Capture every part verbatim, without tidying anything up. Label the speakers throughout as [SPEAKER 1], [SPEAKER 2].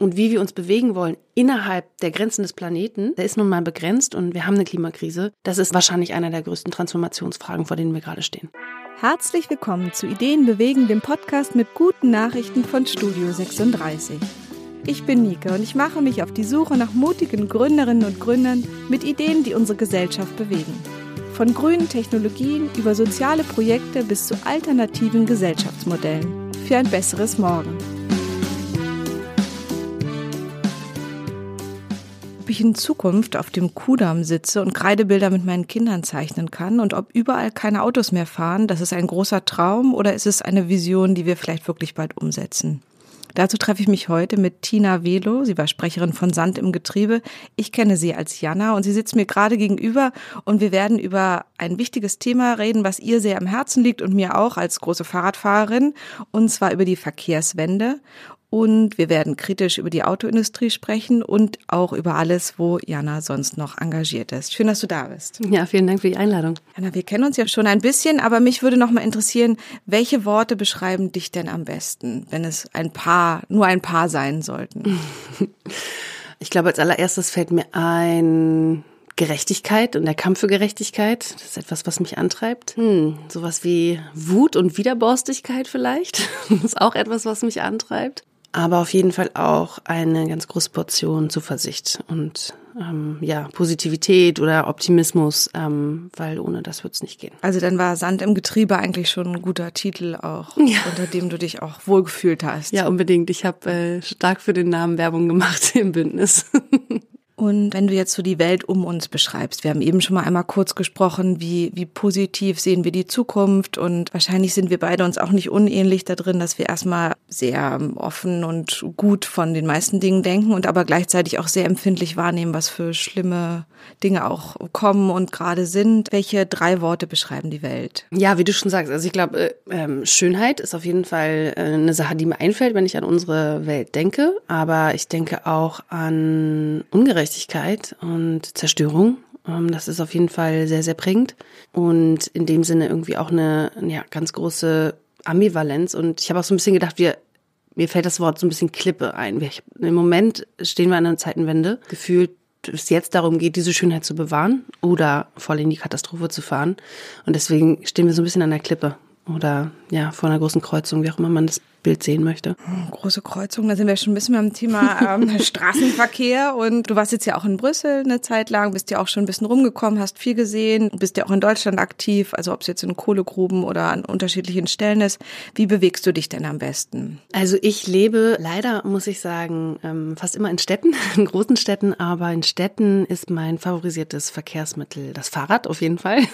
[SPEAKER 1] und wie wir uns bewegen wollen innerhalb der Grenzen des Planeten, der ist nun mal begrenzt und wir haben eine Klimakrise. Das ist wahrscheinlich einer der größten Transformationsfragen, vor denen wir gerade stehen.
[SPEAKER 2] Herzlich willkommen zu Ideen bewegen, dem Podcast mit guten Nachrichten von Studio sechsunddreißig. Ich bin Nike und ich mache mich auf die Suche nach mutigen Gründerinnen und Gründern mit Ideen, die unsere Gesellschaft bewegen. Von grünen Technologien über soziale Projekte bis zu alternativen Gesellschaftsmodellen für ein besseres Morgen. Ob ich in Zukunft auf dem Kudamm sitze und Kreidebilder mit meinen Kindern zeichnen kann und ob überall keine Autos mehr fahren, das ist ein großer Traum oder ist es eine Vision, die wir vielleicht wirklich bald umsetzen? Dazu treffe ich mich heute mit Tina Velo. Sie war Sprecherin von Sand im Getriebe. Ich kenne sie als Jana und sie sitzt mir gerade gegenüber und wir werden über ein wichtiges Thema reden, was ihr sehr am Herzen liegt und mir auch als große Fahrradfahrerin, und zwar über die Verkehrswende. Und wir werden kritisch über die Autoindustrie sprechen und auch über alles, wo Jana sonst noch engagiert ist. Schön, dass du da bist.
[SPEAKER 1] Ja, vielen Dank für die Einladung.
[SPEAKER 2] Jana, wir kennen uns ja schon ein bisschen, aber mich würde noch mal interessieren, welche Worte beschreiben dich denn am besten, wenn es ein paar, nur ein paar sein sollten?
[SPEAKER 1] Ich glaube, als allererstes fällt mir ein Gerechtigkeit und der Kampf für Gerechtigkeit. Das ist etwas, was mich antreibt. Hm, sowas wie Wut und Widerborstigkeit vielleicht. Das ist auch etwas, was mich antreibt. Aber auf jeden Fall auch eine ganz große Portion Zuversicht und ähm, ja Positivität oder Optimismus, ähm, weil ohne das wird es nicht gehen.
[SPEAKER 2] Also dann war Sand im Getriebe eigentlich schon ein guter Titel auch, ja, unter dem du dich auch wohlgefühlt hast.
[SPEAKER 1] Ja, unbedingt. Ich habe äh, stark für den Namen Werbung gemacht im Bündnis.
[SPEAKER 2] Und wenn du jetzt so die Welt um uns beschreibst, wir haben eben schon mal einmal kurz gesprochen, wie wie positiv sehen wir die Zukunft, und wahrscheinlich sind wir beide uns auch nicht unähnlich da drin, dass wir erstmal sehr offen und gut von den meisten Dingen denken und aber gleichzeitig auch sehr empfindlich wahrnehmen, was für schlimme Dinge auch kommen und gerade sind. Welche drei Worte beschreiben die Welt?
[SPEAKER 1] Ja, wie du schon sagst, also ich glaube, äh, Schönheit ist auf jeden Fall äh, eine Sache, die mir einfällt, wenn ich an unsere Welt denke, aber ich denke auch an Ungerechtigkeit und Zerstörung. Das ist auf jeden Fall sehr, sehr prägend und in dem Sinne irgendwie auch eine ja, ganz große Ambivalenz. Und ich habe auch so ein bisschen gedacht, wir, mir fällt das Wort so ein bisschen Klippe ein. Wir, im Moment stehen wir an einer Zeitenwende, gefühlt es jetzt darum geht, diese Schönheit zu bewahren oder voll in die Katastrophe zu fahren. Und deswegen stehen wir so ein bisschen an der Klippe oder ja vor einer großen Kreuzung, wie auch immer man das Bild sehen möchte.
[SPEAKER 2] Große Kreuzung, da sind wir schon ein bisschen beim Thema ähm, Straßenverkehr. Und du warst jetzt ja auch in Brüssel eine Zeit lang, bist ja auch schon ein bisschen rumgekommen, hast viel gesehen, bist ja auch in Deutschland aktiv, also ob es jetzt in Kohlegruben oder an unterschiedlichen Stellen ist. Wie bewegst du dich denn am besten?
[SPEAKER 1] Also ich lebe leider, muss ich sagen, fast immer in Städten, in großen Städten, aber in Städten ist mein favorisiertes Verkehrsmittel das Fahrrad auf jeden Fall.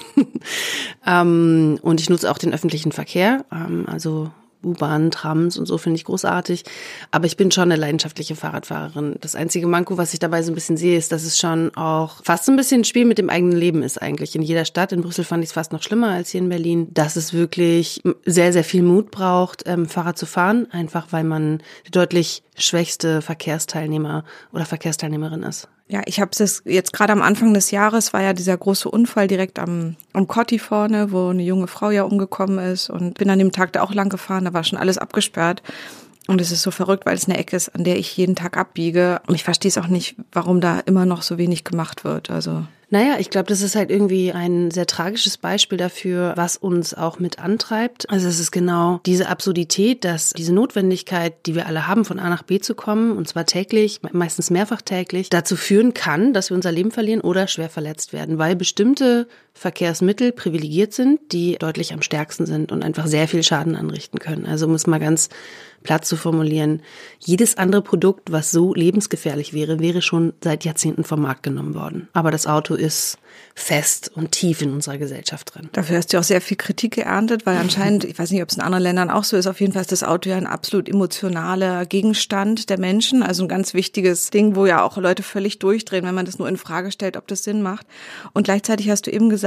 [SPEAKER 1] Und ich nutze auch den öffentlichen Verkehr, also U-Bahn, Trams und so finde ich großartig. Aber ich bin schon eine leidenschaftliche Fahrradfahrerin. Das einzige Manko, was ich dabei so ein bisschen sehe, ist, dass es schon auch fast so ein bisschen ein Spiel mit dem eigenen Leben ist eigentlich. In jeder Stadt, in Brüssel fand ich es fast noch schlimmer als hier in Berlin, dass es wirklich sehr, sehr viel Mut braucht, ähm, Fahrrad zu fahren. Einfach, weil man die deutlich schwächste Verkehrsteilnehmer oder Verkehrsteilnehmerin ist.
[SPEAKER 2] Ja, ich habe es jetzt gerade am Anfang des Jahres, war ja dieser große Unfall direkt am, am Kotti vorne, wo eine junge Frau ja umgekommen ist, und bin an dem Tag da auch lang gefahren, da war schon alles abgesperrt. Und es ist so verrückt, weil es eine Ecke ist, an der ich jeden Tag abbiege. Und ich verstehe es auch nicht, warum da immer noch so wenig gemacht wird. Also
[SPEAKER 1] Naja, ich glaube, das ist halt irgendwie ein sehr tragisches Beispiel dafür, was uns auch mit antreibt. Also es ist genau diese Absurdität, dass diese Notwendigkeit, die wir alle haben, von A nach B zu kommen, und zwar täglich, meistens mehrfach täglich, dazu führen kann, dass wir unser Leben verlieren oder schwer verletzt werden, weil bestimmte Verkehrsmittel privilegiert sind, die deutlich am stärksten sind und einfach sehr viel Schaden anrichten können. Also um es mal ganz platt zu formulieren, jedes andere Produkt, was so lebensgefährlich wäre, wäre schon seit Jahrzehnten vom Markt genommen worden. Aber das Auto ist fest und tief in unserer Gesellschaft drin.
[SPEAKER 2] Dafür hast du auch sehr viel Kritik geerntet, weil anscheinend, ich weiß nicht, ob es in anderen Ländern auch so ist, auf jeden Fall ist das Auto ja ein absolut emotionaler Gegenstand der Menschen, also ein ganz wichtiges Ding, wo ja auch Leute völlig durchdrehen, wenn man das nur in Frage stellt, ob das Sinn macht. Und gleichzeitig hast du eben gesagt,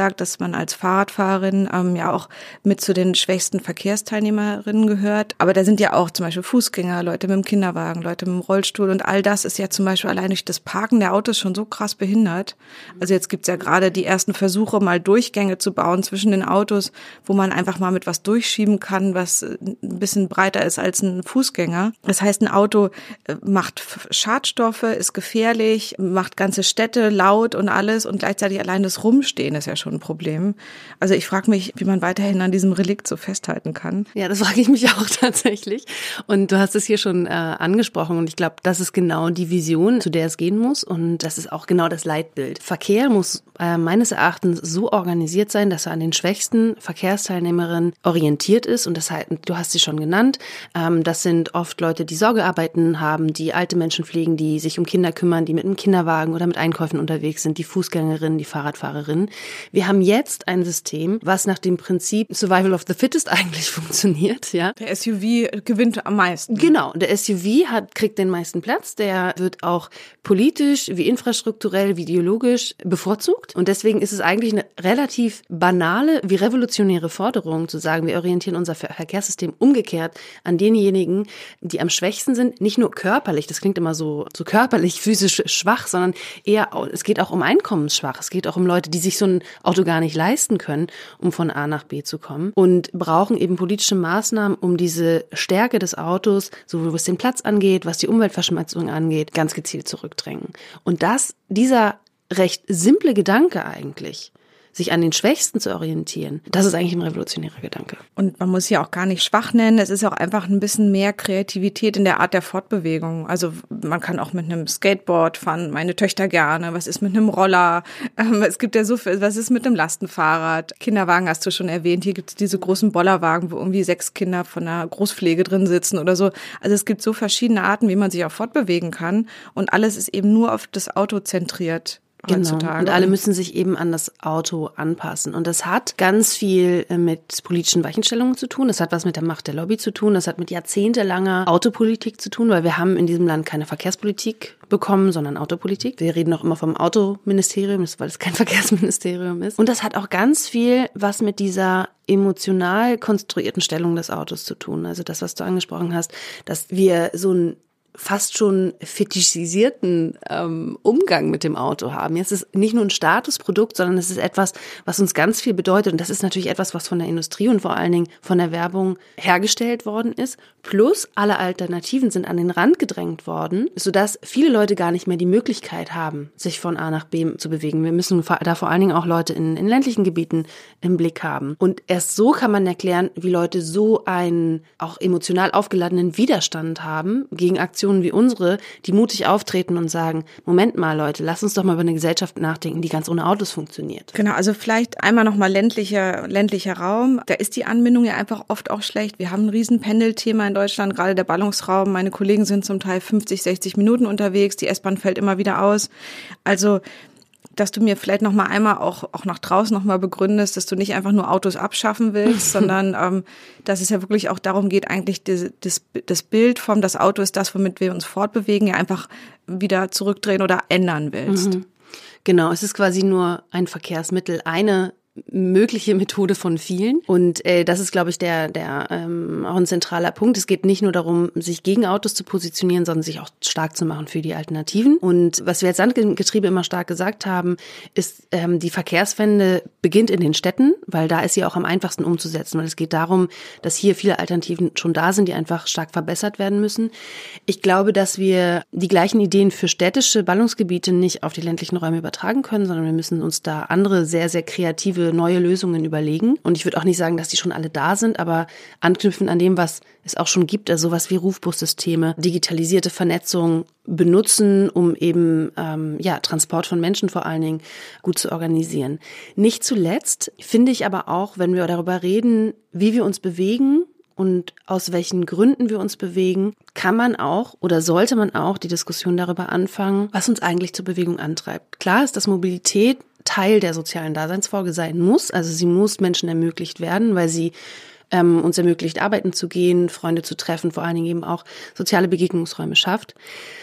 [SPEAKER 2] gesagt, dass man als Fahrradfahrerin ähm, ja auch mit zu den schwächsten Verkehrsteilnehmerinnen gehört. Aber da sind ja auch zum Beispiel Fußgänger, Leute mit dem Kinderwagen, Leute mit dem Rollstuhl und all das ist ja zum Beispiel allein durch das Parken der Autos schon so krass behindert. Also jetzt gibt's ja gerade die ersten Versuche, mal Durchgänge zu bauen zwischen den Autos, wo man einfach mal mit was durchschieben kann, was ein bisschen breiter ist als ein Fußgänger. Das heißt, ein Auto macht Schadstoffe, ist gefährlich, macht ganze Städte laut und alles und gleichzeitig allein das Rumstehen ist ja schon ein Problem. Also ich frage mich, wie man weiterhin an diesem Relikt so festhalten kann.
[SPEAKER 1] Ja, das frage ich mich auch tatsächlich. Und du hast es hier schon äh, angesprochen und ich glaube, das ist genau die Vision, zu der es gehen muss und das ist auch genau das Leitbild. Verkehr muss äh, meines Erachtens so organisiert sein, dass er an den schwächsten Verkehrsteilnehmerinnen orientiert ist und das heißt, du hast sie schon genannt, ähm, das sind oft Leute, die Sorgearbeiten haben, die alte Menschen pflegen, die sich um Kinder kümmern, die mit einem Kinderwagen oder mit Einkäufen unterwegs sind, die Fußgängerinnen, die Fahrradfahrerinnen. Wir haben jetzt ein System, was nach dem Prinzip Survival of the Fittest eigentlich funktioniert, ja.
[SPEAKER 2] Der S U V gewinnt am meisten.
[SPEAKER 1] Genau, der S U V hat, kriegt den meisten Platz, der wird auch politisch, wie infrastrukturell, wie ideologisch bevorzugt und deswegen ist es eigentlich eine relativ banale, wie revolutionäre Forderung zu sagen, wir orientieren unser Verkehrssystem umgekehrt an denjenigen, die am schwächsten sind, nicht nur körperlich, das klingt immer so, so körperlich, physisch schwach, sondern eher, es geht auch um einkommensschwach, es geht auch um Leute, die sich so ein Auto gar nicht leisten können, um von A nach B zu kommen und brauchen eben politische Maßnahmen, um diese Stärke des Autos, sowohl was den Platz angeht, was die Umweltverschmutzung angeht, ganz gezielt zurückdrängen. Und das, dieser recht simple Gedanke eigentlich, sich an den Schwächsten zu orientieren, das ist eigentlich ein revolutionärer Gedanke.
[SPEAKER 2] Und man muss ja auch gar nicht schwach nennen, es ist auch einfach ein bisschen mehr Kreativität in der Art der Fortbewegung. Also man kann auch mit einem Skateboard fahren, meine Töchter gerne, was ist mit einem Roller, es gibt ja so viel, was ist mit einem Lastenfahrrad, Kinderwagen hast du schon erwähnt, hier gibt es diese großen Bollerwagen, wo irgendwie sechs Kinder von einer Großpflege drin sitzen oder so. Also es gibt so verschiedene Arten, wie man sich auch fortbewegen kann und alles ist eben nur auf das Auto zentriert.
[SPEAKER 1] Genau. Und alle müssen sich eben an das Auto anpassen. Und das hat ganz viel mit politischen Weichenstellungen zu tun. Das hat was mit der Macht der Lobby zu tun. Das hat mit jahrzehntelanger Autopolitik zu tun, weil wir haben in diesem Land keine Verkehrspolitik bekommen, sondern Autopolitik. Wir reden auch immer vom Autoministerium, weil es kein Verkehrsministerium ist. Und das hat auch ganz viel was mit dieser emotional konstruierten Stellung des Autos zu tun. Also das, was du angesprochen hast, dass wir so ein fast schon fetischisierten ähm, Umgang mit dem Auto haben. Jetzt ist es nicht nur ein Statusprodukt, sondern es ist etwas, was uns ganz viel bedeutet. Und das ist natürlich etwas, was von der Industrie und vor allen Dingen von der Werbung hergestellt worden ist. Plus alle Alternativen sind an den Rand gedrängt worden, sodass viele Leute gar nicht mehr die Möglichkeit haben, sich von A nach B zu bewegen. Wir müssen da vor allen Dingen auch Leute in, in ländlichen Gebieten im Blick haben. Und erst so kann man erklären, wie Leute so einen auch emotional aufgeladenen Widerstand haben gegen Aktionen wie unsere, die mutig auftreten und sagen, Moment mal Leute, lasst uns doch mal über eine Gesellschaft nachdenken, die ganz ohne Autos funktioniert.
[SPEAKER 2] Genau, also vielleicht einmal nochmal ländlicher, ländlicher Raum. Da ist die Anbindung ja einfach oft auch schlecht. Wir haben ein riesen Pendelthema in Deutschland, gerade der Ballungsraum. Meine Kollegen sind zum Teil fünfzig, sechzig Minuten unterwegs, die S-Bahn fällt immer wieder aus. Also dass du mir vielleicht noch mal einmal auch auch nach draußen noch mal begründest, dass du nicht einfach nur Autos abschaffen willst, sondern ähm, dass es ja wirklich auch darum geht, eigentlich das, das, das Bild vom, das Auto ist das, womit wir uns fortbewegen, ja einfach wieder zurückdrehen oder ändern willst.
[SPEAKER 1] Mhm. Genau, es ist quasi nur ein Verkehrsmittel, eine mögliche Methode von vielen. Und äh, das ist, glaube ich, der der ähm, auch ein zentraler Punkt. Es geht nicht nur darum, sich gegen Autos zu positionieren, sondern sich auch stark zu machen für die Alternativen. Und was wir als Landgetriebe immer stark gesagt haben, ist, ähm, die Verkehrswende beginnt in den Städten, weil da ist sie auch am einfachsten umzusetzen. Weil es geht darum, dass hier viele Alternativen schon da sind, die einfach stark verbessert werden müssen. Ich glaube, dass wir die gleichen Ideen für städtische Ballungsgebiete nicht auf die ländlichen Räume übertragen können, sondern wir müssen uns da andere sehr, sehr kreative neue Lösungen überlegen. Und ich würde auch nicht sagen, dass die schon alle da sind, aber anknüpfen an dem, was es auch schon gibt, also sowas wie Rufbussysteme, digitalisierte Vernetzung benutzen, um eben ähm, ja Transport von Menschen vor allen Dingen gut zu organisieren. Nicht zuletzt finde ich aber auch, wenn wir darüber reden, wie wir uns bewegen und aus welchen Gründen wir uns bewegen, kann man auch oder sollte man auch die Diskussion darüber anfangen, was uns eigentlich zur Bewegung antreibt. Klar ist, dass Mobilität Teil der sozialen Daseinsvorsorge sein muss. Also sie muss Menschen ermöglicht werden, weil sie ähm, uns ermöglicht, arbeiten zu gehen, Freunde zu treffen, vor allen Dingen eben auch soziale Begegnungsräume schafft.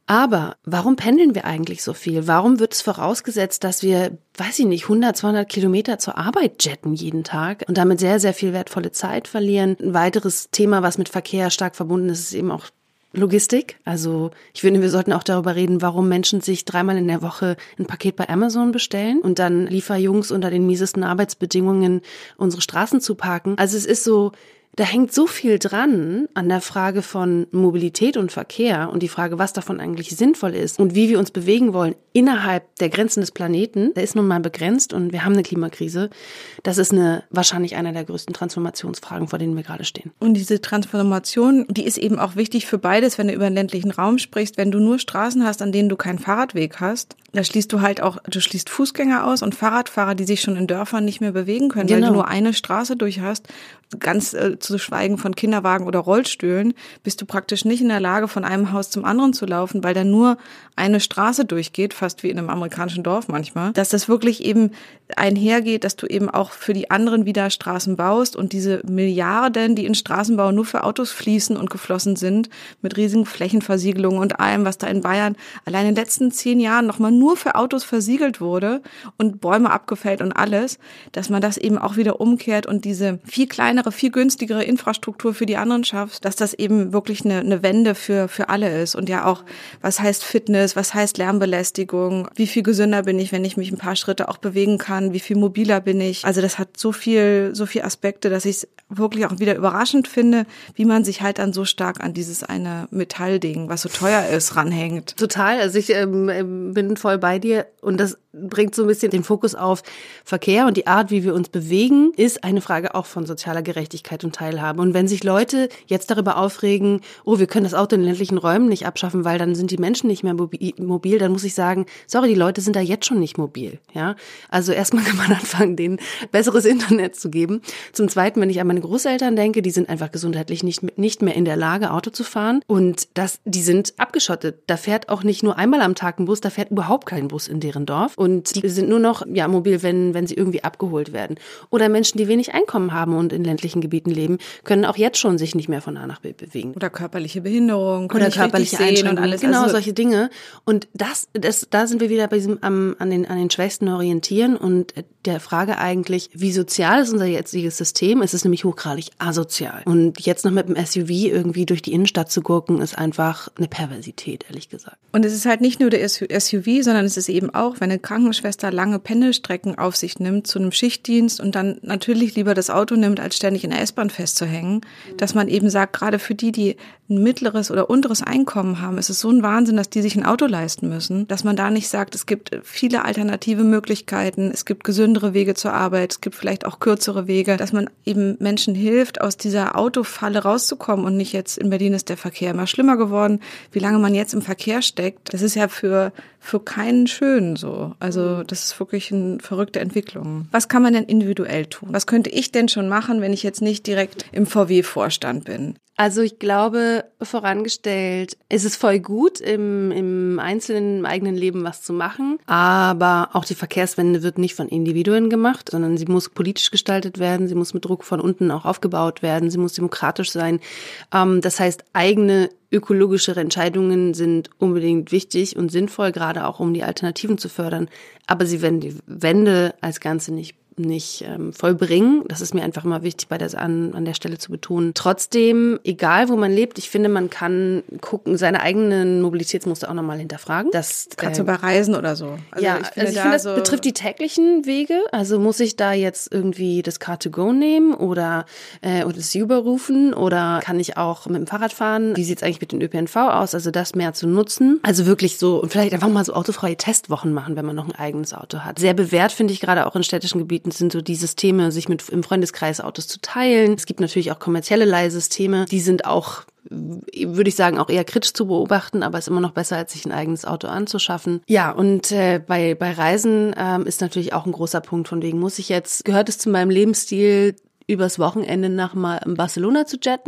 [SPEAKER 1] Aber warum pendeln wir eigentlich so viel? Warum wird es vorausgesetzt, dass wir, weiß ich nicht, hundert, zweihundert Kilometer zur Arbeit jetten jeden Tag und damit sehr, sehr viel wertvolle Zeit verlieren? Ein weiteres Thema, was mit Verkehr stark verbunden ist, ist eben auch Logistik. Also ich finde, wir sollten auch darüber reden, warum Menschen sich dreimal in der Woche ein Paket bei Amazon bestellen und dann Lieferjungs unter den miesesten Arbeitsbedingungen unsere Straßen zuparken. Also es ist so, da hängt so viel dran an der Frage von Mobilität und Verkehr und die Frage, was davon eigentlich sinnvoll ist und wie wir uns bewegen wollen innerhalb der Grenzen des Planeten. Der ist nun mal begrenzt und wir haben eine Klimakrise. Das ist eine wahrscheinlich einer der größten Transformationsfragen, vor denen wir gerade stehen.
[SPEAKER 2] Und diese Transformation, die ist eben auch wichtig für beides, wenn du über den ländlichen Raum sprichst. Wenn du nur Straßen hast, an denen du keinen Fahrradweg hast, da schließt du halt auch, du schließt Fußgänger aus und Fahrradfahrer, die sich schon in Dörfern nicht mehr bewegen können, genau. Weil du nur eine Straße durch hast. Ganz äh, zu schweigen von Kinderwagen oder Rollstühlen, bist du praktisch nicht in der Lage, von einem Haus zum anderen zu laufen, weil da nur eine Straße durchgeht, fast wie in einem amerikanischen Dorf manchmal. Dass das wirklich eben einhergeht, dass du eben auch für die anderen wieder Straßen baust und diese Milliarden, die in Straßenbau nur für Autos fließen und geflossen sind, mit riesigen Flächenversiegelungen und allem, was da in Bayern allein in den letzten zehn Jahren nochmal nur für Autos versiegelt wurde und Bäume abgefällt und alles, dass man das eben auch wieder umkehrt und diese viel kleinere, viel günstigere Infrastruktur für die anderen schafft, dass das eben wirklich eine, eine Wende für, für alle ist. Und ja auch, was heißt Fitness, was heißt Lärmbelästigung, wie viel gesünder bin ich, wenn ich mich ein paar Schritte auch bewegen kann, wie viel mobiler bin ich. Also das hat so viel, so viel Aspekte, dass ich es wirklich auch wieder überraschend finde, wie man sich halt dann so stark an dieses eine Metallding, was so teuer ist, ranhängt.
[SPEAKER 1] Total, also ich ähm, bin voll bei dir und das bringt so ein bisschen den Fokus auf Verkehr und die Art, wie wir uns bewegen, ist eine Frage auch von sozialer Gerechtigkeit und Teilhabe. Und wenn sich Leute jetzt darüber aufregen, oh, wir können das Auto in ländlichen Räumen nicht abschaffen, weil dann sind die Menschen nicht mehr mobil, dann muss ich sagen, sorry, die Leute sind da jetzt schon nicht mobil. Ja, also erstmal kann man anfangen, denen besseres Internet zu geben. Zum Zweiten, wenn ich an meine Großeltern denke, die sind einfach gesundheitlich nicht, nicht mehr in der Lage, Auto zu fahren. Und das, die sind abgeschottet. Da fährt auch nicht nur einmal am Tag ein Bus, da fährt überhaupt kein Bus in deren Dorf. Und die sind nur noch ja mobil, wenn wenn sie irgendwie abgeholt werden. Oder Menschen, die wenig Einkommen haben und in ländlichen Gebieten leben, können auch jetzt schon sich nicht mehr von A nach B bewegen.
[SPEAKER 2] Oder körperliche Behinderung.
[SPEAKER 1] Oder körperliche Einschränkungen.
[SPEAKER 2] Und alles.
[SPEAKER 1] Genau,
[SPEAKER 2] also
[SPEAKER 1] solche Dinge. Und das, das, da sind wir wieder bei diesem am, an den an den Schwächsten orientieren und der Frage eigentlich, wie sozial ist unser jetziges System? Es ist nämlich hochgradig asozial. Und jetzt noch mit dem S U V irgendwie durch die Innenstadt zu gucken, ist einfach eine Perversität, ehrlich gesagt.
[SPEAKER 2] Und es ist halt nicht nur der S U V, sondern es ist eben auch, wenn eine Krankenschwester lange Pendelstrecken auf sich nimmt zu einem Schichtdienst und dann natürlich lieber das Auto nimmt, als ständig in der S-Bahn festzuhängen, dass man eben sagt, gerade für die, die ein mittleres oder unteres Einkommen haben, ist es so ein Wahnsinn, dass die sich ein Auto leisten müssen, dass man da nicht sagt, es gibt viele alternative Möglichkeiten, es gibt gesündere Wege zur Arbeit, es gibt vielleicht auch kürzere Wege, dass man eben Menschen hilft, aus dieser Autofalle rauszukommen und nicht jetzt in Berlin ist der Verkehr immer schlimmer geworden. Wie lange man jetzt im Verkehr steckt, das ist ja für, für keinen schön so. Also das ist wirklich eine verrückte Entwicklung. Was kann man denn individuell tun? Was könnte ich denn schon machen, wenn ich jetzt nicht direkt im V W-Vorstand bin?
[SPEAKER 1] Also ich glaube, vorangestellt, ist es voll gut, im, im einzelnen, im eigenen Leben was zu machen. Aber auch die Verkehrswende wird nicht von Individuen gemacht, sondern sie muss politisch gestaltet werden. Sie muss mit Druck von unten auch aufgebaut werden. Sie muss demokratisch sein. Ähm, das heißt, eigene ökologische Entscheidungen sind unbedingt wichtig und sinnvoll, gerade auch um die Alternativen zu fördern. Aber sie werden die Wende als Ganze nicht nicht ähm, vollbringen. Das ist mir einfach immer wichtig, bei der an, an der Stelle zu betonen. Trotzdem, egal wo man lebt, ich finde, man kann gucken, seine eigenen Mobilitätsmuster auch nochmal hinterfragen. Das
[SPEAKER 2] gerade so bei Reisen oder so.
[SPEAKER 1] Also ja, ich finde, also ich da finde das so betrifft die täglichen Wege. Also muss ich da jetzt irgendwie das Car to go nehmen oder, äh, oder das Uber rufen oder kann ich auch mit dem Fahrrad fahren? Wie sieht es eigentlich mit dem Ö P N V aus? Also das mehr zu nutzen. Also wirklich so und vielleicht einfach mal so autofreie Testwochen machen, wenn man noch ein eigenes Auto hat. Sehr bewährt finde ich gerade auch in städtischen Gebieten sind so die Systeme, sich mit im Freundeskreis Autos zu teilen. Es gibt natürlich auch kommerzielle Leihsysteme, die sind auch, würde ich sagen, auch eher kritisch zu beobachten, aber ist immer noch besser, als sich ein eigenes Auto anzuschaffen. Ja, und äh, bei bei Reisen ähm, ist natürlich auch ein großer Punkt, von wegen muss ich jetzt, gehört es zu meinem Lebensstil, übers Wochenende nach mal Barcelona zu jetten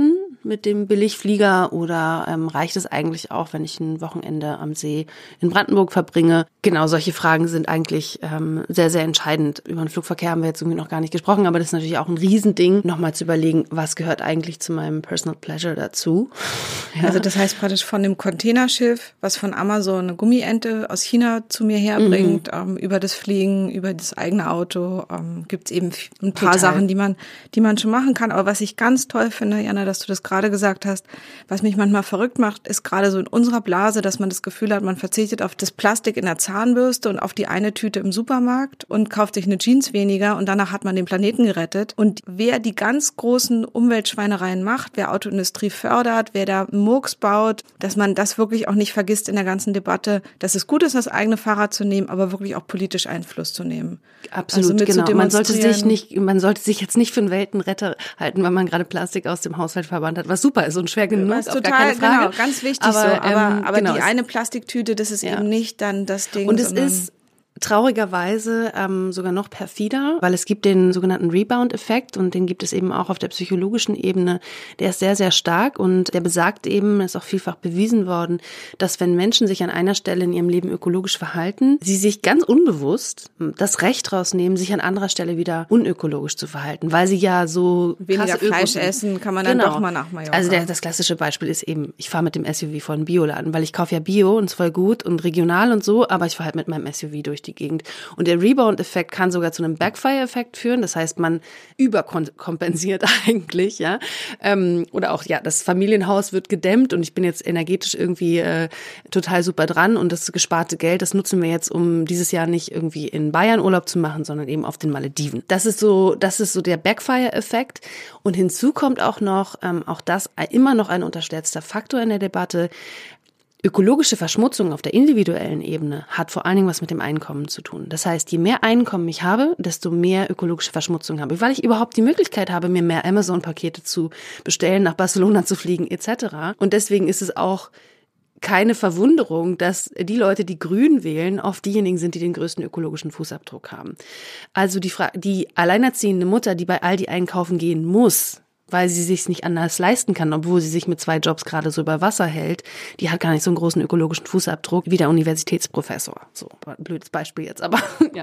[SPEAKER 1] mit dem Billigflieger oder ähm, reicht es eigentlich auch, wenn ich ein Wochenende am See in Brandenburg verbringe? Genau, solche Fragen sind eigentlich ähm, sehr, sehr entscheidend. Über den Flugverkehr haben wir jetzt irgendwie noch gar nicht gesprochen, aber das ist natürlich auch ein Riesending, nochmal zu überlegen, was gehört eigentlich zu meinem Personal Pleasure dazu.
[SPEAKER 2] Ja. Also das heißt praktisch von dem Containerschiff, was von Amazon eine Gummiente aus China zu mir herbringt, mhm. ähm, über das Fliegen, über das eigene Auto, ähm, gibt es eben ein paar Total. Sachen, die man, die man schon machen kann. Aber was ich ganz toll finde, Jana, dass du das gerade gesagt hast, was mich manchmal verrückt macht, ist gerade so in unserer Blase, dass man das Gefühl hat, man verzichtet auf das Plastik in der Zahnbürste und auf die eine Tüte im Supermarkt und kauft sich eine Jeans weniger und danach hat man den Planeten gerettet. Und wer die ganz großen Umweltschweinereien macht, wer Autoindustrie fördert, wer da Murks baut, dass man das wirklich auch nicht vergisst in der ganzen Debatte, dass es gut ist, das eigene Fahrrad zu nehmen, aber wirklich auch politisch Einfluss zu nehmen.
[SPEAKER 1] Absolut, also genau. Man sollte sich nicht, man sollte sich jetzt nicht für einen Weltenretter halten, weil man gerade Plastik aus dem Haushalt verbannt hat, was super ist und schwer genug,
[SPEAKER 2] was
[SPEAKER 1] auf
[SPEAKER 2] total,
[SPEAKER 1] gar keine Frage.
[SPEAKER 2] Genau, ganz wichtig aber, so. Aber, ähm, aber genau, die eine Plastiktüte, das ist ja. eben nicht dann das Ding.
[SPEAKER 1] Und es ist traurigerweise ähm, sogar noch perfider, weil es gibt den sogenannten Rebound-Effekt und den gibt es eben auch auf der psychologischen Ebene. Der ist sehr, sehr stark und der besagt eben, ist auch vielfach bewiesen worden, dass wenn Menschen sich an einer Stelle in ihrem Leben ökologisch verhalten, sie sich ganz unbewusst das Recht rausnehmen, sich an anderer Stelle wieder unökologisch zu verhalten, weil sie ja so
[SPEAKER 2] weniger Fleisch Öko- essen, kann man dann genau. doch mal nach Mallorca.
[SPEAKER 1] Also der, das klassische Beispiel ist eben, ich fahre mit dem S U V vor einen Bioladen, weil ich kaufe ja Bio und ist voll gut und regional und so, aber ich fahre halt mit meinem S U V durch die Gegend. Und der Rebound-Effekt kann sogar zu einem Backfire-Effekt führen. Das heißt, man überkompensiert eigentlich, ja. Ähm, oder auch, ja, das Familienhaus wird gedämmt und ich bin jetzt energetisch irgendwie äh, total super dran und das gesparte Geld, das nutzen wir jetzt, um dieses Jahr nicht irgendwie in Bayern Urlaub zu machen, sondern eben auf den Malediven. Das ist so, das ist so der Backfire-Effekt. Und hinzu kommt auch noch, ähm, auch das immer noch ein unterschätzter Faktor in der Debatte, ökologische Verschmutzung auf der individuellen Ebene hat vor allen Dingen was mit dem Einkommen zu tun. Das heißt, je mehr Einkommen ich habe, desto mehr ökologische Verschmutzung habe ich, weil ich überhaupt die Möglichkeit habe, mir mehr Amazon-Pakete zu bestellen, nach Barcelona zu fliegen et cetera. Und deswegen ist es auch keine Verwunderung, dass die Leute, die Grün wählen, oft diejenigen sind, die den größten ökologischen Fußabdruck haben. Also die, Fra- die alleinerziehende Mutter, die bei Aldi einkaufen gehen muss, weil sie sich nicht anders leisten kann, obwohl sie sich mit zwei Jobs gerade so über Wasser hält, die hat gar nicht so einen großen ökologischen Fußabdruck wie der Universitätsprofessor. So, ein blödes Beispiel jetzt, aber ja.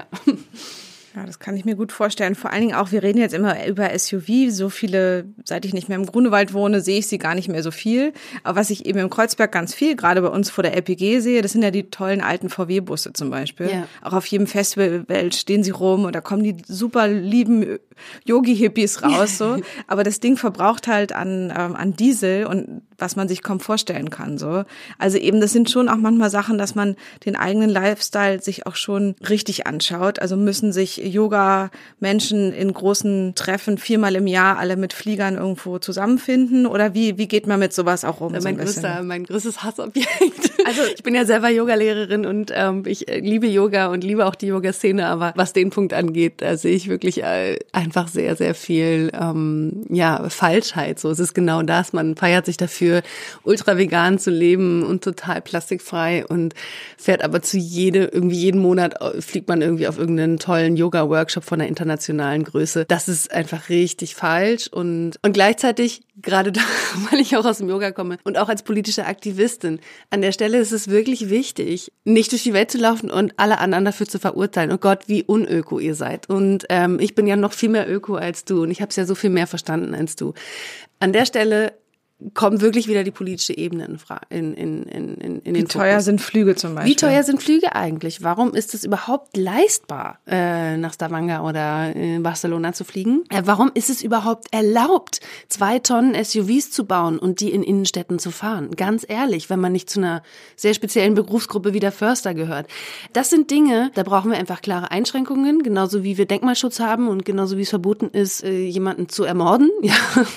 [SPEAKER 2] Ja, das kann ich mir gut vorstellen. Vor allen Dingen auch, wir reden jetzt immer über S U V. So viele, seit ich nicht mehr im Grunewald wohne, sehe ich sie gar nicht mehr so viel. Aber was ich eben im Kreuzberg ganz viel, gerade bei uns vor der L P G sehe, das sind ja die tollen alten V W-Busse zum Beispiel. Ja. Auch auf jedem Festival stehen sie rum und da kommen die super lieben Yogi-Hippies raus. So. Aber das Ding verbraucht halt an, ähm, an Diesel und was man sich kaum vorstellen kann. So. Also eben, das sind schon auch manchmal Sachen, dass man den eigenen Lifestyle sich auch schon richtig anschaut. Also müssen sich Yoga-Menschen in großen Treffen viermal im Jahr alle mit Fliegern irgendwo zusammenfinden? Oder wie, wie geht man mit sowas auch um?
[SPEAKER 1] Mein,
[SPEAKER 2] so ein
[SPEAKER 1] größter, mein größtes Hassobjekt. Also ich bin ja selber Yogalehrerin und ähm, ich liebe Yoga und liebe auch die Yoga-Szene, aber was den Punkt angeht, da sehe ich wirklich äh, einfach sehr, sehr viel ähm, ja Falschheit. So, es ist genau das, man feiert sich dafür, ultra vegan zu leben und total plastikfrei und fährt aber zu jede, irgendwie jeden Monat fliegt man irgendwie auf irgendeinen tollen Yoga-Workshop von einer internationalen Größe. Das ist einfach richtig falsch und und gleichzeitig, gerade da, weil ich auch aus dem Yoga komme und auch als politische Aktivistin, an der Stelle ist es wirklich wichtig, nicht durch die Welt zu laufen und alle anderen dafür zu verurteilen. Oh Gott, wie unöko ihr seid. Und ähm, ich bin ja noch viel mehr öko als du und ich habe es ja so viel mehr verstanden als du. An der Stelle kommt wirklich wieder die politische Ebene in, Fra- in, in, in, in, in den
[SPEAKER 2] Wie teuer
[SPEAKER 1] Fokus.
[SPEAKER 2] sind Flüge zum Beispiel?
[SPEAKER 1] Wie teuer sind Flüge eigentlich? Warum ist es überhaupt leistbar, äh, nach Stavanger oder in Barcelona zu fliegen? Äh, warum ist es überhaupt erlaubt, zwei Tonnen S U Vs zu bauen und die in Innenstädten zu fahren? Ganz ehrlich, wenn man nicht zu einer sehr speziellen Berufsgruppe wie der Förster gehört. Das sind Dinge, da brauchen wir einfach klare Einschränkungen, genauso wie wir Denkmalschutz haben und genauso wie es verboten ist, äh, jemanden zu ermorden. Ja,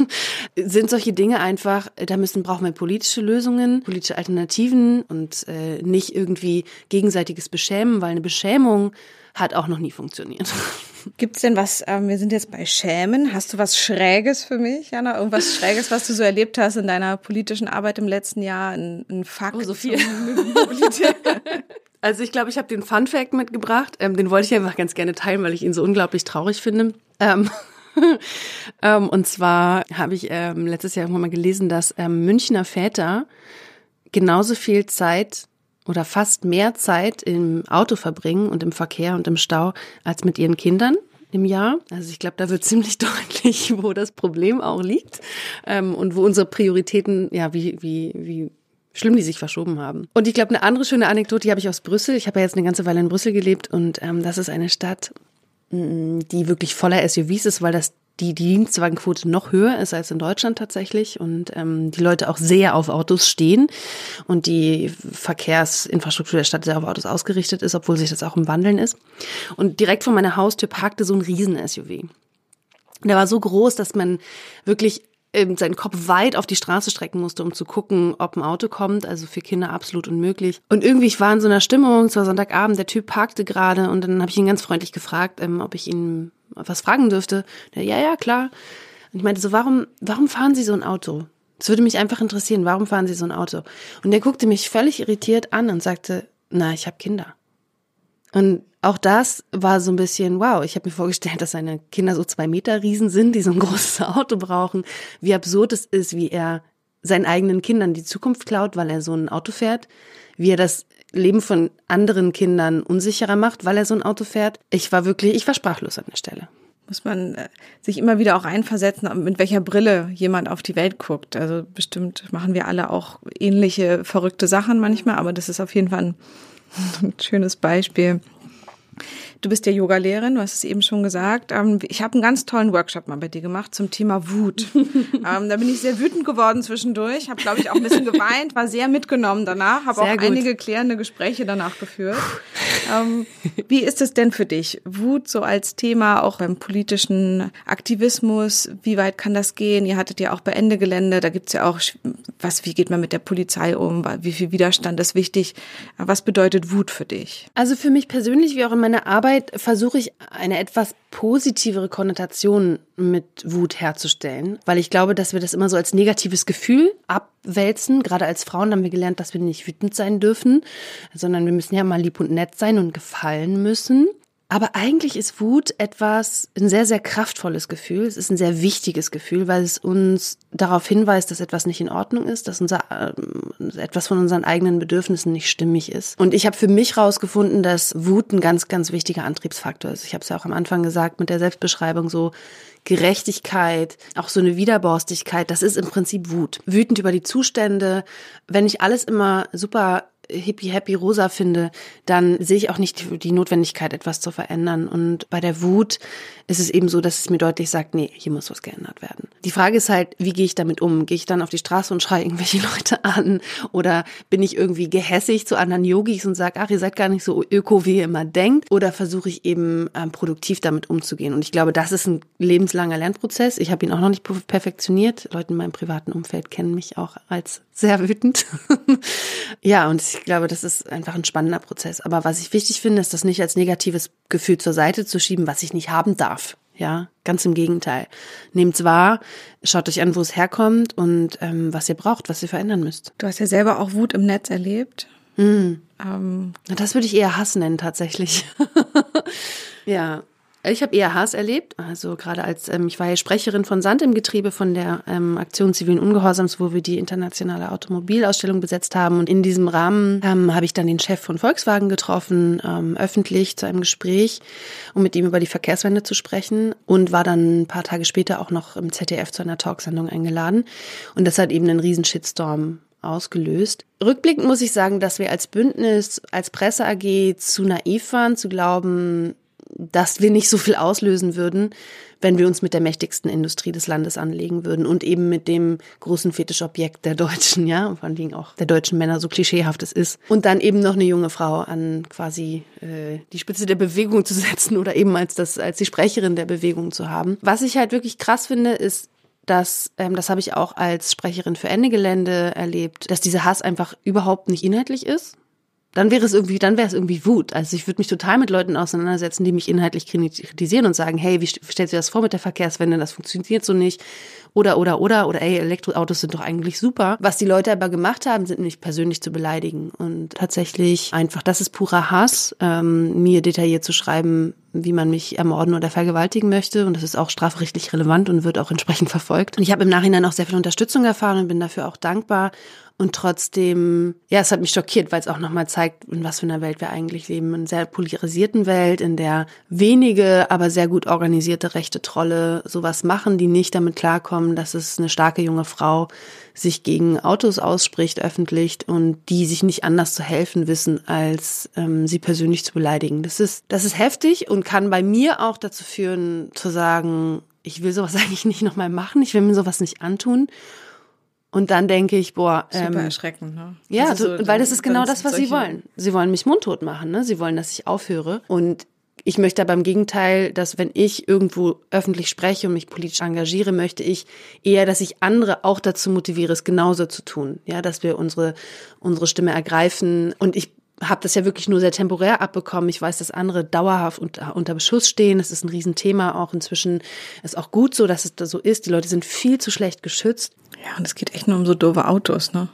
[SPEAKER 1] sind solche Dinge einfach, da müssen, brauchen wir politische Lösungen, politische Alternativen und äh, nicht irgendwie gegenseitiges Beschämen, weil eine Beschämung hat auch noch nie funktioniert.
[SPEAKER 2] Gibt's denn was, ähm, wir sind jetzt bei Schämen, hast du was Schräges für mich, Jana? Irgendwas Schräges, was du so erlebt hast in deiner politischen Arbeit im letzten Jahr? Ein, ein Fakt?
[SPEAKER 1] Oh, so viel. Also ich glaube, ich habe den Fun Fact mitgebracht, ähm, den wollte ich einfach ganz gerne teilen, weil ich ihn so unglaublich traurig finde. Ähm ähm, und zwar habe ich ähm, letztes Jahr irgendwann mal gelesen, dass ähm, Münchner Väter genauso viel Zeit oder fast mehr Zeit im Auto verbringen und im Verkehr und im Stau als mit ihren Kindern im Jahr. Also ich glaube, da wird ziemlich deutlich, wo das Problem auch liegt ähm, und wo unsere Prioritäten, ja, wie wie wie schlimm die sich verschoben haben. Und ich glaube, eine andere schöne Anekdote, die habe ich aus Brüssel. Ich habe ja jetzt eine ganze Weile in Brüssel gelebt und ähm, das ist eine Stadt, die wirklich voller S U Vs ist, weil das die Dienstwagenquote noch höher ist als in Deutschland tatsächlich und ähm, die Leute auch sehr auf Autos stehen und die Verkehrsinfrastruktur der Stadt sehr auf Autos ausgerichtet ist, obwohl sich das auch im Wandeln ist. Und direkt vor meiner Haustür parkte so ein Riesen-S U V. Der war so groß, dass man wirklich ähm, seinen Kopf weit auf die Straße strecken musste, um zu gucken, ob ein Auto kommt. Also für Kinder absolut unmöglich. Und irgendwie, ich war in so einer Stimmung, es war Sonntagabend, der Typ parkte gerade und dann habe ich ihn ganz freundlich gefragt, ähm, ob ich ihn was fragen dürfte. Der, ja, ja, klar. Und ich meinte so, warum, warum fahren Sie so ein Auto? Das würde mich einfach interessieren, warum fahren Sie so ein Auto? Und der guckte mich völlig irritiert an und sagte, na, ich habe Kinder. Und auch das war so ein bisschen, wow, ich habe mir vorgestellt, dass seine Kinder so zwei Meter Riesen sind, die so ein großes Auto brauchen. Wie absurd es ist, wie er seinen eigenen Kindern die Zukunft klaut, weil er so ein Auto fährt. Wie er das Leben von anderen Kindern unsicherer macht, weil er so ein Auto fährt. Ich war wirklich, ich war sprachlos an der Stelle.
[SPEAKER 2] Muss man äh, sich immer wieder auch einversetzen, mit welcher Brille jemand auf die Welt guckt. Also bestimmt machen wir alle auch ähnliche verrückte Sachen manchmal, aber das ist auf jeden Fall ein, ein schönes Beispiel. Du bist ja Yogalehrerin, du hast es eben schon gesagt. Ich habe einen ganz tollen Workshop mal bei dir gemacht zum Thema Wut. Da bin ich sehr wütend geworden zwischendurch, habe, glaube ich, auch ein bisschen geweint, war sehr mitgenommen danach, habe auch gut. einige klärende Gespräche danach geführt. Wie ist es denn für dich? Wut so als Thema, auch beim politischen Aktivismus, wie weit kann das gehen? Ihr hattet ja auch bei Ende Gelände, da gibt's ja auch, was, wie geht man mit der Polizei um? Wie viel Widerstand ist wichtig? Was bedeutet Wut für dich?
[SPEAKER 1] Also für mich persönlich, wie auch in meiner Arbeit, versuche ich eine etwas positivere Konnotation mit Wut herzustellen, weil ich glaube, dass wir das immer so als negatives Gefühl abwälzen. Gerade als Frauen haben wir gelernt, dass wir nicht wütend sein dürfen, sondern wir müssen ja mal lieb und nett sein und gefallen müssen. Aber eigentlich ist Wut etwas, ein sehr, sehr kraftvolles Gefühl. Es ist ein sehr wichtiges Gefühl, weil es uns darauf hinweist, dass etwas nicht in Ordnung ist, dass unser äh, etwas von unseren eigenen Bedürfnissen nicht stimmig ist. Und ich habe für mich rausgefunden, dass Wut ein ganz, ganz wichtiger Antriebsfaktor ist. Ich habe es ja auch am Anfang gesagt mit der Selbstbeschreibung, so Gerechtigkeit, auch so eine Widerborstigkeit, das ist im Prinzip Wut. Wütend über die Zustände. Wenn ich alles immer super hippie, happy, rosa finde, dann sehe ich auch nicht die, die Notwendigkeit, etwas zu verändern. Und bei der Wut ist es eben so, dass es mir deutlich sagt, nee, hier muss was geändert werden. Die Frage ist halt, wie gehe ich damit um? Gehe ich dann auf die Straße und schreie irgendwelche Leute an? Oder bin ich irgendwie gehässig zu anderen Yogis und sage, ach, ihr seid gar nicht so öko, wie ihr immer denkt? Oder versuche ich eben ähm, produktiv damit umzugehen? Und ich glaube, das ist ein lebenslanger Lernprozess. Ich habe ihn auch noch nicht perfektioniert. Leute in meinem privaten Umfeld kennen mich auch als sehr wütend. Ja, und ich glaube, das ist einfach ein spannender Prozess. Aber was ich wichtig finde, ist, das nicht als negatives Gefühl zur Seite zu schieben, was ich nicht haben darf. Ja, ganz im Gegenteil. Nehmt's wahr, schaut euch an, wo es herkommt und ähm, was ihr braucht, was ihr verändern müsst.
[SPEAKER 2] Du hast ja selber auch Wut im Netz erlebt.
[SPEAKER 1] Mm. Ähm. Das würde ich eher Hass nennen, tatsächlich. Ja. Ich habe eher Hass erlebt, also gerade als, ähm, ich war ja Sprecherin von Sand im Getriebe von der ähm, Aktion Zivilen Ungehorsams, wo wir die internationale Automobilausstellung besetzt haben. Und in diesem Rahmen ähm, habe ich dann den Chef von Volkswagen getroffen, ähm, öffentlich zu einem Gespräch, um mit ihm über die Verkehrswende zu sprechen und war dann ein paar Tage später auch noch im Z D F zu einer Talksendung eingeladen. Und das hat eben einen riesen Shitstorm ausgelöst. Rückblickend muss ich sagen, dass wir als Bündnis, als Presse A G zu naiv waren, zu glauben, dass wir nicht so viel auslösen würden, wenn wir uns mit der mächtigsten Industrie des Landes anlegen würden und eben mit dem großen Fetischobjekt der Deutschen, ja, vor allen Dingen auch der deutschen Männer, so klischeehaft es ist. Und dann eben noch eine junge Frau an quasi äh, die Spitze der Bewegung zu setzen oder eben als das als die Sprecherin der Bewegung zu haben. Was ich halt wirklich krass finde, ist, dass, ähm, das habe ich auch als Sprecherin für Ende Gelände erlebt, dass dieser Hass einfach überhaupt nicht inhaltlich ist. Dann wäre es irgendwie, dann wäre es irgendwie Wut. Also ich würde mich total mit Leuten auseinandersetzen, die mich inhaltlich kritisieren und sagen, hey, wie stellst du dir das vor mit der Verkehrswende? Das funktioniert so nicht. oder, oder, oder, oder ey, Elektroautos sind doch eigentlich super. Was die Leute aber gemacht haben, sind mich persönlich zu beleidigen und tatsächlich einfach, das ist purer Hass, ähm, mir detailliert zu schreiben, wie man mich ermorden oder vergewaltigen möchte und das ist auch strafrechtlich relevant und wird auch entsprechend verfolgt. Und ich habe im Nachhinein auch sehr viel Unterstützung erfahren und bin dafür auch dankbar. Und trotzdem, ja, es hat mich schockiert, weil es auch nochmal zeigt, in was für einer Welt wir eigentlich leben. In einer sehr polarisierten Welt, in der wenige, aber sehr gut organisierte rechte Trolle sowas machen, die nicht damit klarkommen, dass es eine starke junge Frau sich gegen Autos ausspricht, öffentlich und die sich nicht anders zu helfen wissen, als ähm, sie persönlich zu beleidigen. Das ist, das ist heftig und kann bei mir auch dazu führen, zu sagen, ich will sowas eigentlich nicht nochmal machen, ich will mir sowas nicht antun. Und dann denke ich, boah, ähm,
[SPEAKER 2] super erschreckend, ne?
[SPEAKER 1] Ja,
[SPEAKER 2] also
[SPEAKER 1] so, weil das ist genau das, was sie wollen. Sie wollen mich mundtot machen, ne? Sie wollen, dass ich aufhöre. Und ich möchte aber im Gegenteil, dass wenn ich irgendwo öffentlich spreche und mich politisch engagiere, möchte ich eher, dass ich andere auch dazu motiviere, es genauso zu tun. Ja, dass wir unsere unsere Stimme ergreifen. Und ich habe das ja wirklich nur sehr temporär abbekommen. Ich weiß, dass andere dauerhaft unter, unter Beschuss stehen. Das ist ein Riesenthema auch inzwischen. Ist auch gut so, dass es da so ist. Die Leute sind viel zu schlecht geschützt.
[SPEAKER 2] Ja, und es geht echt nur um so doofe Autos, ne?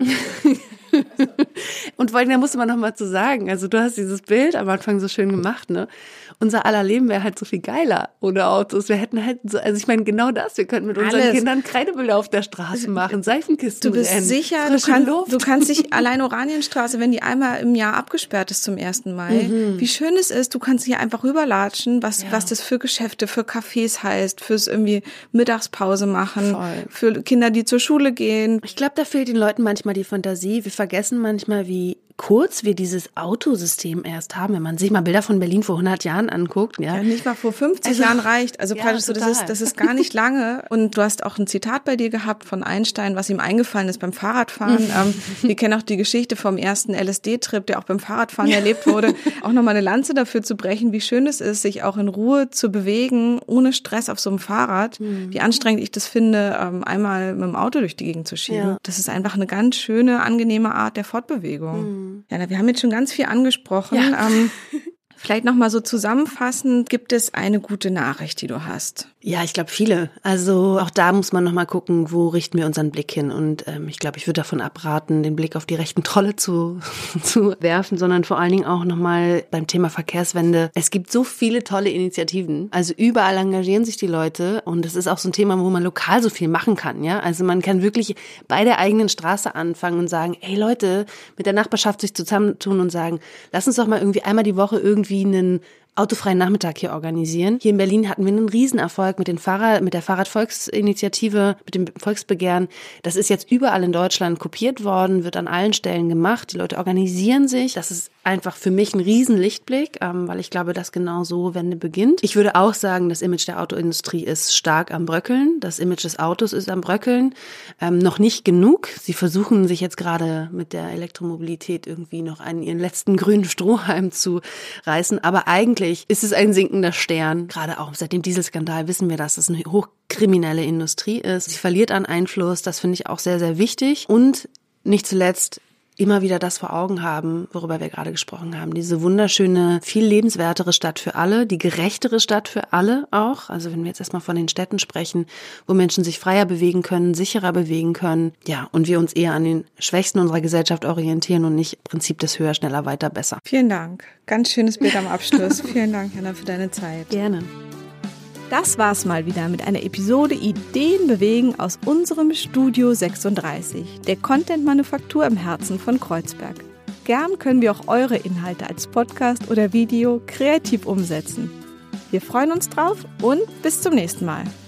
[SPEAKER 1] Und vor allem, da musste man noch mal zu sagen, also du hast dieses Bild am Anfang so schön gemacht, ne? Unser aller Leben wäre halt so viel geiler ohne Autos. Wir hätten halt so, also ich meine genau das, wir könnten mit unseren
[SPEAKER 2] Alles.
[SPEAKER 1] Kindern Kreidebilder auf der Straße machen, Seifenkisten
[SPEAKER 2] Du bist
[SPEAKER 1] rennen,
[SPEAKER 2] sicher, du,
[SPEAKER 1] frische
[SPEAKER 2] kann,
[SPEAKER 1] Luft.
[SPEAKER 2] du kannst dich allein Oranienstraße, wenn die einmal im Jahr abgesperrt ist zum ersten Mai, mhm. wie schön es ist, du kannst hier einfach rüberlatschen, was, ja. was das für Geschäfte, für Cafés heißt, fürs irgendwie Mittagspause machen, Voll. Für Kinder, die zur Schule gehen.
[SPEAKER 1] Ich glaube, da fehlt den Leuten manchmal die Fantasie. Wir vergessen manchmal, wie kurz wir dieses Autosystem erst haben, wenn man sich mal Bilder von Berlin vor hundert Jahren anguckt. Ja,
[SPEAKER 2] ja nicht mal vor fünfzig also, Jahren reicht. Also ja, praktisch so, das ist, das ist gar nicht lange. Und du hast auch ein Zitat bei dir gehabt von Einstein, was ihm eingefallen ist beim Fahrradfahren. ähm, wir kennen auch die Geschichte vom ersten L S D-Trip, der auch beim Fahrradfahren erlebt wurde. Auch nochmal eine Lanze dafür zu brechen, wie schön es ist, sich auch in Ruhe zu bewegen, ohne Stress auf so einem Fahrrad. Mhm. Wie anstrengend ich das finde, ähm, einmal mit dem Auto durch die Gegend zu schieben. Ja. Das ist einfach eine ganz schöne, angenehme Art der Fortbewegung. Mhm. Ja, wir haben jetzt schon ganz viel angesprochen. Ja. Ähm, vielleicht nochmal so zusammenfassend, gibt es eine gute Nachricht, die du hast?
[SPEAKER 1] Ja, ich glaube viele. Also auch da muss man nochmal gucken, wo richten wir unseren Blick hin. Und ähm, ich glaube, ich würde davon abraten, den Blick auf die rechten Trolle zu, zu werfen, sondern vor allen Dingen auch nochmal beim Thema Verkehrswende. Es gibt so viele tolle Initiativen. Also überall engagieren sich die Leute. Und das ist auch so ein Thema, wo man lokal so viel machen kann. Ja, also man kann wirklich bei der eigenen Straße anfangen und sagen, ey Leute, mit der Nachbarschaft sich zusammentun und sagen, lass uns doch mal irgendwie einmal die Woche irgendwie einen autofreien Nachmittag hier organisieren. Hier in Berlin hatten wir einen Riesenerfolg mit den Fahrrad, mit der Fahrradvolksinitiative, mit dem Volksbegehren. Das ist jetzt überall in Deutschland kopiert worden, wird an allen Stellen gemacht. Die Leute organisieren sich. Das ist einfach für mich ein Riesenlichtblick, ähm, weil ich glaube, dass genau so Wende beginnt. Ich würde auch sagen, das Image der Autoindustrie ist stark am Bröckeln. Das Image des Autos ist am Bröckeln. Ähm, noch nicht genug. Sie versuchen sich jetzt gerade mit der Elektromobilität irgendwie noch einen ihren letzten grünen Strohhalm zu reißen. Aber eigentlich ist es ein sinkender Stern. Gerade auch seit dem Dieselskandal wissen wir, dass es eine hochkriminelle Industrie ist. Sie verliert an Einfluss. Das finde ich auch sehr, sehr wichtig. Und nicht zuletzt immer wieder das vor Augen haben, worüber wir gerade gesprochen haben. Diese wunderschöne, viel lebenswertere Stadt für alle, die gerechtere Stadt für alle auch. Also wenn wir jetzt erstmal von den Städten sprechen, wo Menschen sich freier bewegen können, sicherer bewegen können. Ja, und wir uns eher an den Schwächsten unserer Gesellschaft orientieren und nicht Prinzip des Höher, Schneller, Weiter, Besser.
[SPEAKER 2] Vielen Dank. Ganz schönes Bild am Abschluss. Vielen Dank, Jana, für deine Zeit.
[SPEAKER 1] Gerne.
[SPEAKER 2] Das war's mal wieder mit einer Episode Ideen bewegen aus unserem Studio sechsunddreißig, der Content-Manufaktur im Herzen von Kreuzberg. Gern können wir auch eure Inhalte als Podcast oder Video kreativ umsetzen. Wir freuen uns drauf und bis zum nächsten Mal.